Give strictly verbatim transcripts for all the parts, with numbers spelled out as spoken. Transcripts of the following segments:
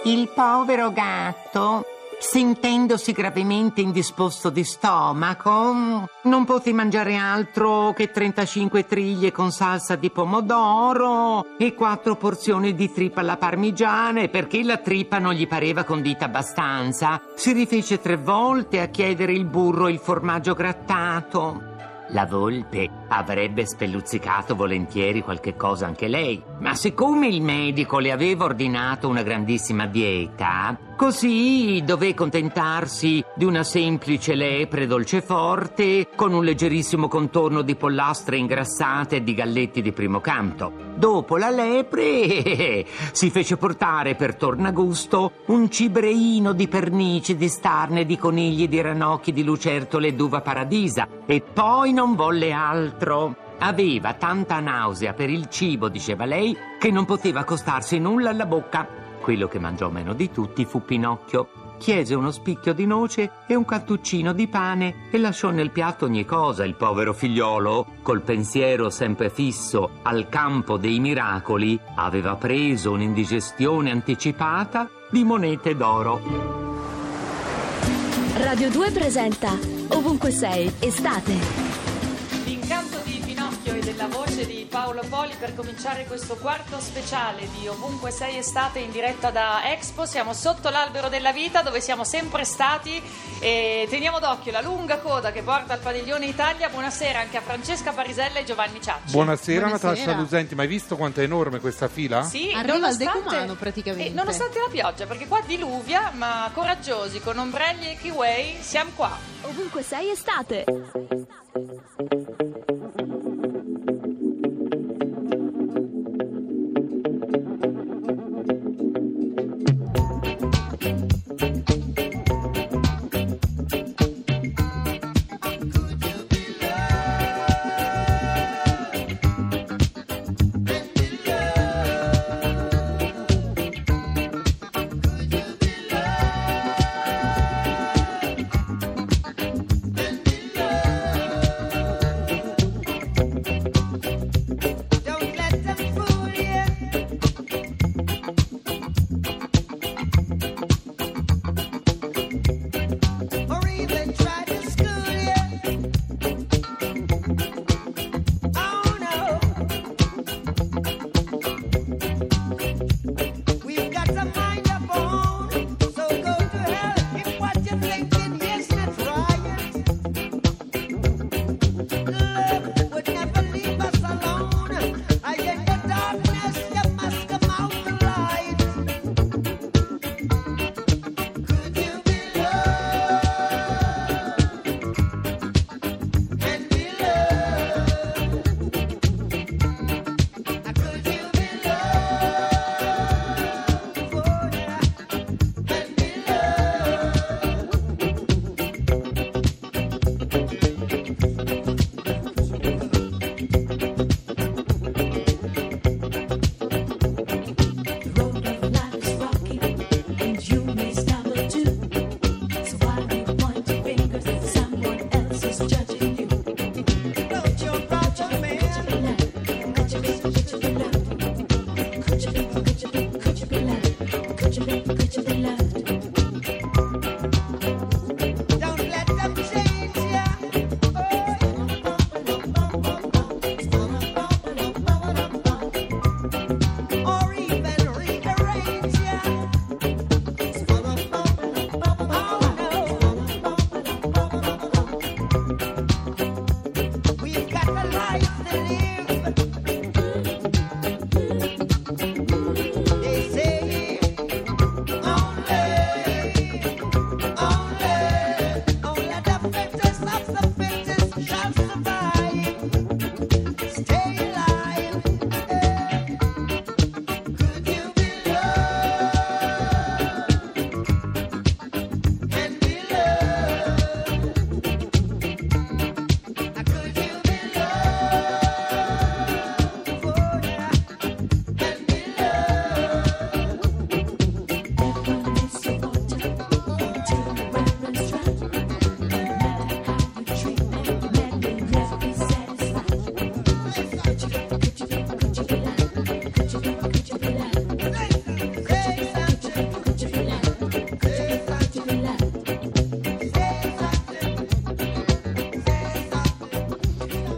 Il povero gatto, sentendosi gravemente indisposto di stomaco, non poté mangiare altro che trentacinque triglie con salsa di pomodoro e quattro porzioni di trippa alla parmigiana, e perché la trippa non gli pareva condita abbastanza, si rifece tre volte a chiedere il burro e il formaggio grattato. La volpe avrebbe spelluzzicato volentieri qualche cosa anche lei, ma siccome il medico le aveva ordinato una grandissima dieta, così dové contentarsi di una semplice lepre dolceforte con un leggerissimo contorno di pollastre ingrassate e di galletti di primo canto. Dopo la lepre si fece portare per tornagusto un cibreino di pernici, di starne, di conigli, di ranocchi, di lucertole e d'uva paradisa, e poi non volle altro. Aveva tanta nausea per il cibo, diceva lei, che non poteva accostarsi nulla alla bocca. Quello che mangiò meno di tutti fu Pinocchio. Chiese uno spicchio di noce e un cantuccino di pane e lasciò nel piatto ogni cosa. Il povero figliolo, col pensiero sempre fisso al campo dei miracoli, aveva preso un'indigestione anticipata di monete d'oro. Radio due presenta Ovunque sei, estate. L'incanto di Pinocchio e della voce di Paolo Poli per cominciare questo quarto speciale di Ovunque sei estate in diretta da Expo. Siamo sotto l'albero della vita, dove siamo sempre stati, e teniamo d'occhio la lunga coda che porta al padiglione Italia. Buonasera anche a Francesca Parisella e Giovanni Ciacci. Buonasera, Buonasera. Natascia Luzenti. Ma hai visto quanto è enorme questa fila? Sì, Arriva al nonostante- decumano praticamente. e nonostante la pioggia, perché qua diluvia, ma coraggiosi con ombrelli e kiwi siamo qua. Ovunque sei, estate.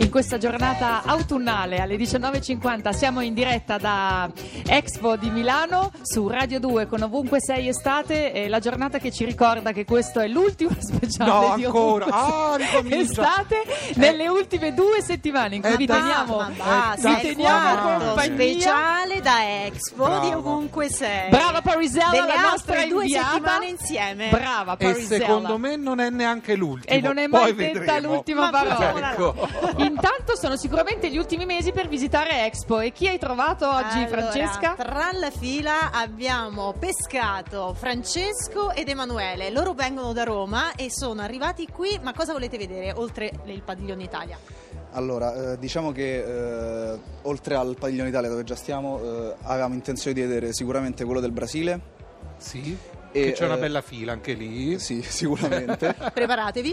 in questa giornata autunnale alle diciannove e cinquanta siamo in diretta da Expo di Milano su Radio due con Ovunque Sei Estate, e la giornata che ci ricorda che questo è l'ultimo speciale No, di ancora. Ovunque Ah, Sei ricomincia. Estate nelle ultime due settimane in cui Eh, vi dai. teniamo, Ma basta, vi è teniamo quarto compagnia. speciale da Expo Brava. di Ovunque Sei. Brava Parisella, delle la nostra altre due inviata. settimane insieme. Brava E Parisella. secondo me non è neanche l'ultimo. E non è mai Poi detta vedremo. l'ultima Ma parola. Ecco. Intanto sono sicuramente gli ultimi mesi per visitare Expo. E chi hai trovato oggi, Allora, Francesca? tra la fila abbiamo pescato Francesco ed Emanuele. Loro vengono da Roma e sono arrivati qui. Ma cosa volete vedere oltre il padiglione Italia? Allora, eh, diciamo che eh, oltre al Padiglione Italia dove già stiamo, eh, avevamo intenzione di vedere sicuramente quello del Brasile. Sì, E, che c'è una eh, bella fila anche lì. Sì, sicuramente. Preparatevi.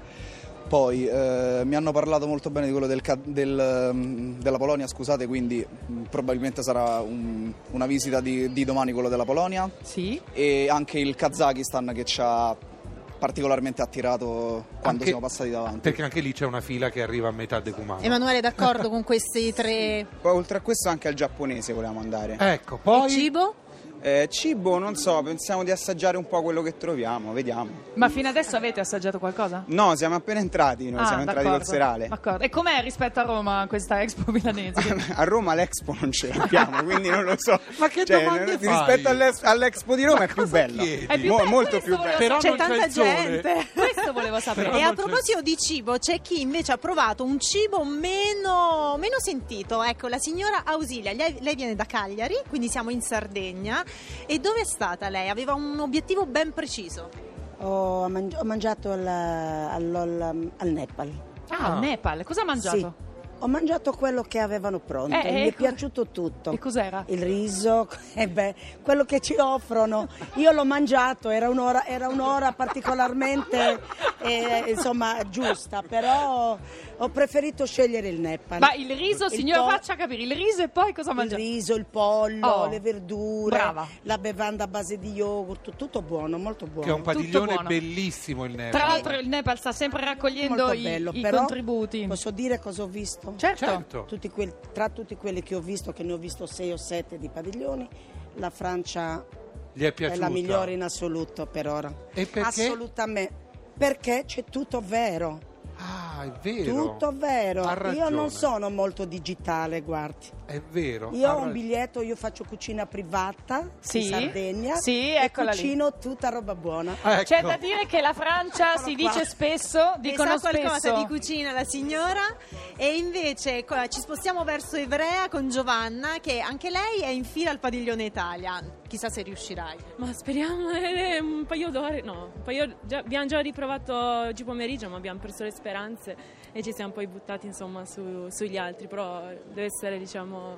Poi eh, mi hanno parlato molto bene di quello del, ca- del, mm, della Polonia, scusate, quindi mm, probabilmente sarà un- una visita di, di domani quello della Polonia. Sì. E anche il Kazakistan che ci ha particolarmente attirato quando Anche- siamo passati davanti. Perché anche lì c'è una fila che arriva a metà decumano. Emanuele, d'accordo con questi tre? Poi oltre a questo anche al giapponese volevamo andare. Ecco, poi... E cibo? Eh, cibo, non so, pensiamo di assaggiare un po' quello che troviamo, vediamo. Ma fino adesso avete assaggiato qualcosa? No, siamo appena entrati, noi Ah, siamo entrati d'accordo, col serale. d'accordo. E com'è rispetto a Roma questa Expo milanese? A Roma l'Expo non ce l'abbiamo, quindi non lo so. Ma che Cioè, domande fai? rispetto all'Ex- all'Expo di Roma Ma è più cosa bella. chiedi? È più Mo- bella, molto questo più volevo bella. Però C'è non tanta c'è il sole. gente. Questo volevo sapere. Però E non a c'è- proposito di cibo, c'è chi invece ha provato un cibo meno, meno sentito. Ecco, la signora Ausilia, lei, lei viene da Cagliari, quindi siamo in Sardegna. E dove è stata lei? Aveva un obiettivo ben preciso. Ho, mangi- ho mangiato al, al, al- al Nepal. Ah, Ah. Nepal. Cosa ha mangiato? Sì, ho mangiato quello che avevano pronto. Eh, Mi eh, è piaciuto tutto. E cos'era? Il riso, eh beh, quello che ci offrono. Io l'ho mangiato, era un'ora, era un'ora particolarmente eh, insomma giusta, però ho preferito scegliere il Nepal. Ma il riso, Il signor, po- faccia capire, il riso e poi cosa ha Il mangiato? riso, il pollo, Oh, le verdure, brava. la bevanda a base di yogurt, tutto buono, molto buono. Che è un padiglione buono. bellissimo il Nepal. Tra l'altro il Nepal sta sempre raccogliendo Molto i, bello, i però contributi. Posso dire cosa ho visto? Certo. Certo. Tutti quel- tra tutti quelli che ho visto, che ne ho visto sei o sette di padiglioni, la Francia Gli è è piaciuta? la migliore in assoluto per ora. E perché? Assolutamente. Perché c'è tutto vero. Ah, è vero. Tutto vero. Ha Io ragione. non sono molto digitale, guardi. È vero. Io ha ho un ragione. biglietto, io faccio cucina privata Sì. in Sardegna Sì, e eccola lì. cucino tutta roba buona. Ecco. C'è da dire che la Francia si qua. dice spesso, dicono ne sa qualcosa spesso. di cucina la signora. E invece co- ci spostiamo verso Ivrea con Giovanna, che anche lei è in fila al Padiglione Italia. Chissà se riuscirai. Ma speriamo eh, un paio d'ore, no, un paio, già- abbiamo già riprovato oggi pomeriggio, ma abbiamo perso le speranze e ci siamo poi buttati insomma su- sugli altri, però deve essere diciamo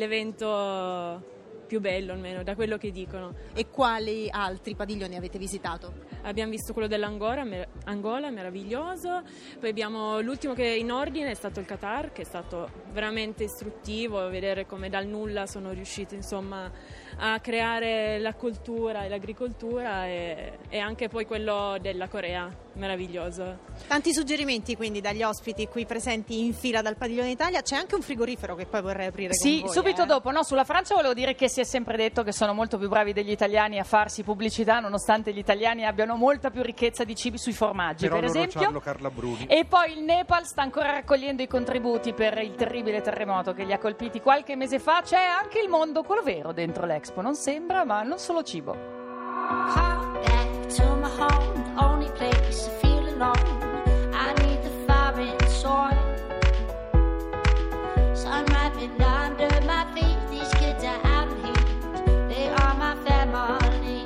l'evento più bello almeno da quello che dicono. E quali altri padiglioni avete visitato? Abbiamo visto quello dell'Angola, mer- Angola, meraviglioso, poi abbiamo l'ultimo che è in ordine è stato il Qatar, che è stato veramente istruttivo, vedere come dal nulla sono riusciti insomma a creare la cultura e l'agricoltura, e, e anche poi quello della Corea, meraviglioso. Tanti suggerimenti quindi dagli ospiti qui presenti in fila dal Padiglione Italia. C'è anche un frigorifero che poi vorrei aprire Sì, con voi. subito eh. dopo. No, sulla Francia volevo dire che si è sempre detto che sono molto più bravi degli italiani a farsi pubblicità, nonostante gli italiani abbiano molta più ricchezza di cibi sui formaggi, Però per loro esempio. c'hanno Carla Bruni. E poi il Nepal sta ancora raccogliendo i contributi per il terribile terremoto che li ha colpiti qualche mese fa. C'è anche il mondo, quello vero, dentro l'Expo. Non sembra, ma non solo cibo. Come back to my home, the only place I feel alone. I need the fire and soil. Sun right under my feet. These kids are out of here. They are my family.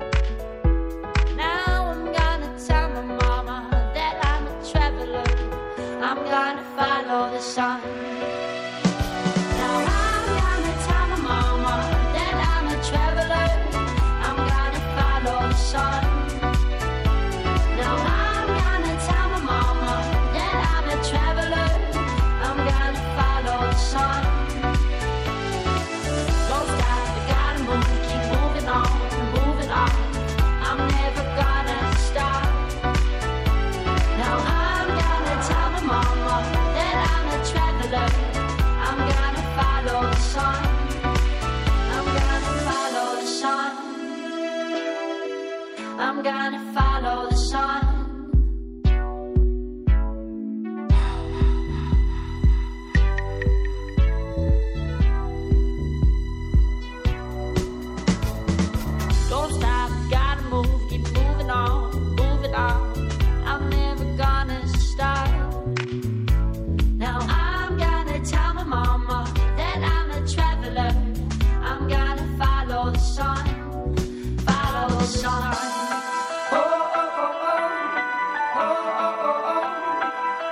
Now I'm gonna tell my mama that I'm a traveler. I'm gonna follow the sun. Now I'm gonna tell my mama that I'm a traveler. I'm gonna follow the sun. Now I'm gonna tell my mama that I'm a traveler. I'm gonna follow the sun. Don't stop, you gotta move, keep moving on, moving on. I'm never gonna stop. Now I'm gonna tell my mama that I'm a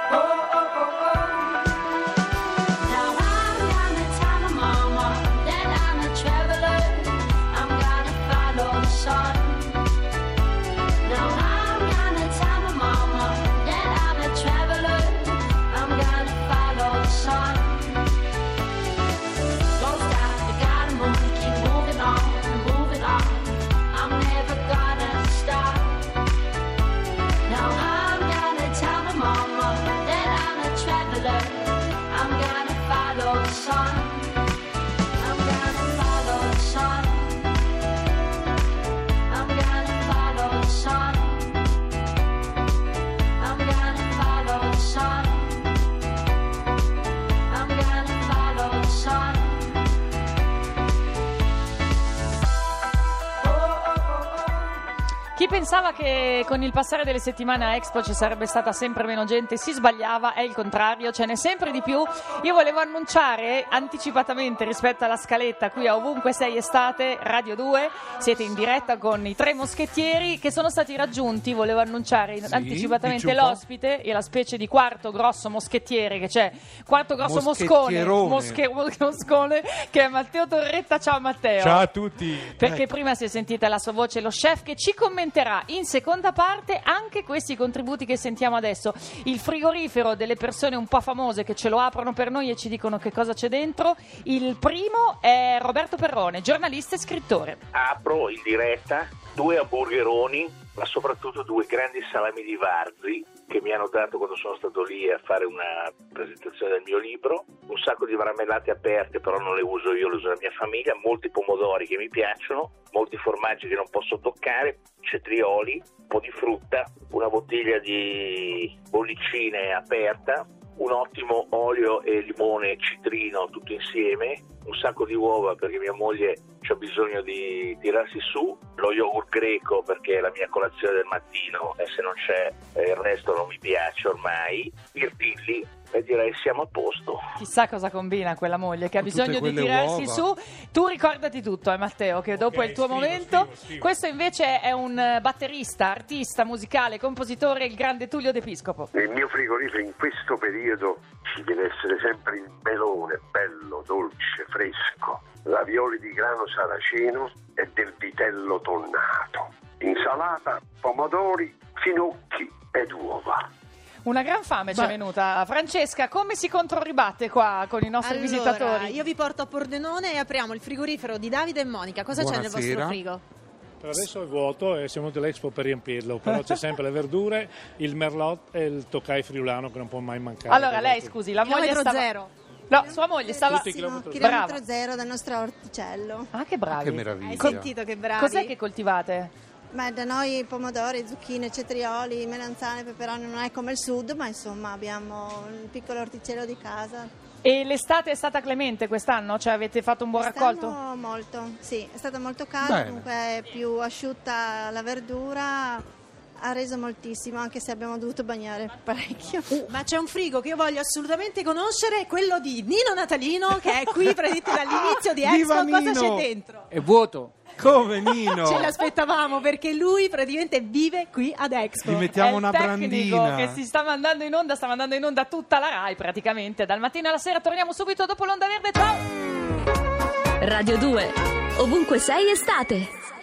Chi pensava che con il passare delle settimane a Expo ci sarebbe stata sempre meno gente si sbagliava, è il contrario, ce n'è sempre di più. Io volevo annunciare anticipatamente rispetto alla scaletta qui a Ovunque Sei Estate, Radio due, siete in diretta con i tre moschettieri che sono stati raggiunti, volevo annunciare Sì, anticipatamente dici un po'. l'ospite e la specie di quarto grosso moschettiere che c'è, quarto grosso moscone, Moschettierone. mosche, moscone, che è Matteo Torretta. Ciao Matteo. Ciao a tutti. Perché Ecco. prima si è sentita la sua voce, lo chef, che ci commenterà in seconda parte anche questi contributi che sentiamo adesso. Il frigorifero delle persone un po' famose che ce lo aprono per noi e ci dicono che cosa c'è dentro. Il primo è Roberto Perrone, giornalista e scrittore. Apro in diretta due hamburgeroni, ma soprattutto due grandi salami di Varzi che mi hanno dato quando sono stato lì a fare una presentazione del mio libro, un sacco di marmellate aperte, però non le uso io, le uso la mia famiglia, molti pomodori che mi piacciono, molti formaggi che non posso toccare, cetrioli, un po' di frutta, una bottiglia di bollicine aperta, un ottimo olio e limone citrino tutto insieme, un sacco di uova perché mia moglie c'ha bisogno di tirarsi su, lo yogurt greco perché è la mia colazione del mattino e se non c'è eh, il resto non mi piace ormai, mirtilli e direi siamo a posto. Chissà cosa combina quella moglie che ha Con bisogno tutte di quelle tirarsi uova. su. Tu ricordati tutto, eh, Matteo, che dopo Ok, è il tuo scrivo, momento. scrivo, scrivo. Questo invece è un eh, batterista, artista musicale, compositore, il grande Tullio D'Episcopo. Nel mio frigorifero in questo periodo ci deve essere sempre il melone, bello, dolce, fresco, ravioli di grano saraceno e del vitello tonnato, insalata, pomodori, finocchi ed uova. Una gran fame ci è venuta. Francesca, come si controribatte qua con i nostri Allora, visitatori? io vi porto a Pordenone e apriamo il frigorifero di Davide e Monica. Cosa c'è nel Buonasera. vostro frigo? Per adesso è vuoto e siamo dell'Expo per riempirlo, però c'è sempre le verdure, il merlot e il toccai friulano che non può mai mancare. Allora, lei, scusi, la moglie Chilometro stava... zero. No, sua moglie stava... Tutti chilometro zero. Brava. Chilometro zero dal nostro orticello. Ah, che bravi. Che meraviglia. Hai sentito che bravi? Cos'è che coltivate? Ma da noi pomodori, zucchine, cetrioli, melanzane, peperoni non è come il sud, ma insomma abbiamo un piccolo orticello di casa. E l'estate è stata clemente quest'anno? Cioè avete fatto un buon raccolto? Quest'anno molto, sì, è stato molto caldo, Bene. comunque è più asciutta la verdura, ha reso moltissimo, anche se abbiamo dovuto bagnare parecchio. Uh, ma c'è un frigo che io voglio assolutamente conoscere, quello di Nino Natalino, che è qui praticamente dall'inizio di Expo. Viva Cosa Nino! c'è dentro? È vuoto. Come Nino? Ce l'aspettavamo perché lui praticamente vive qui ad Expo. Gli mettiamo È il una tecnico brandina. che si sta mandando in onda, sta mandando in onda tutta la Rai praticamente. Dal mattino alla sera torniamo subito dopo l'Onda Verde. Ciao! Radio due. Ovunque sei estate.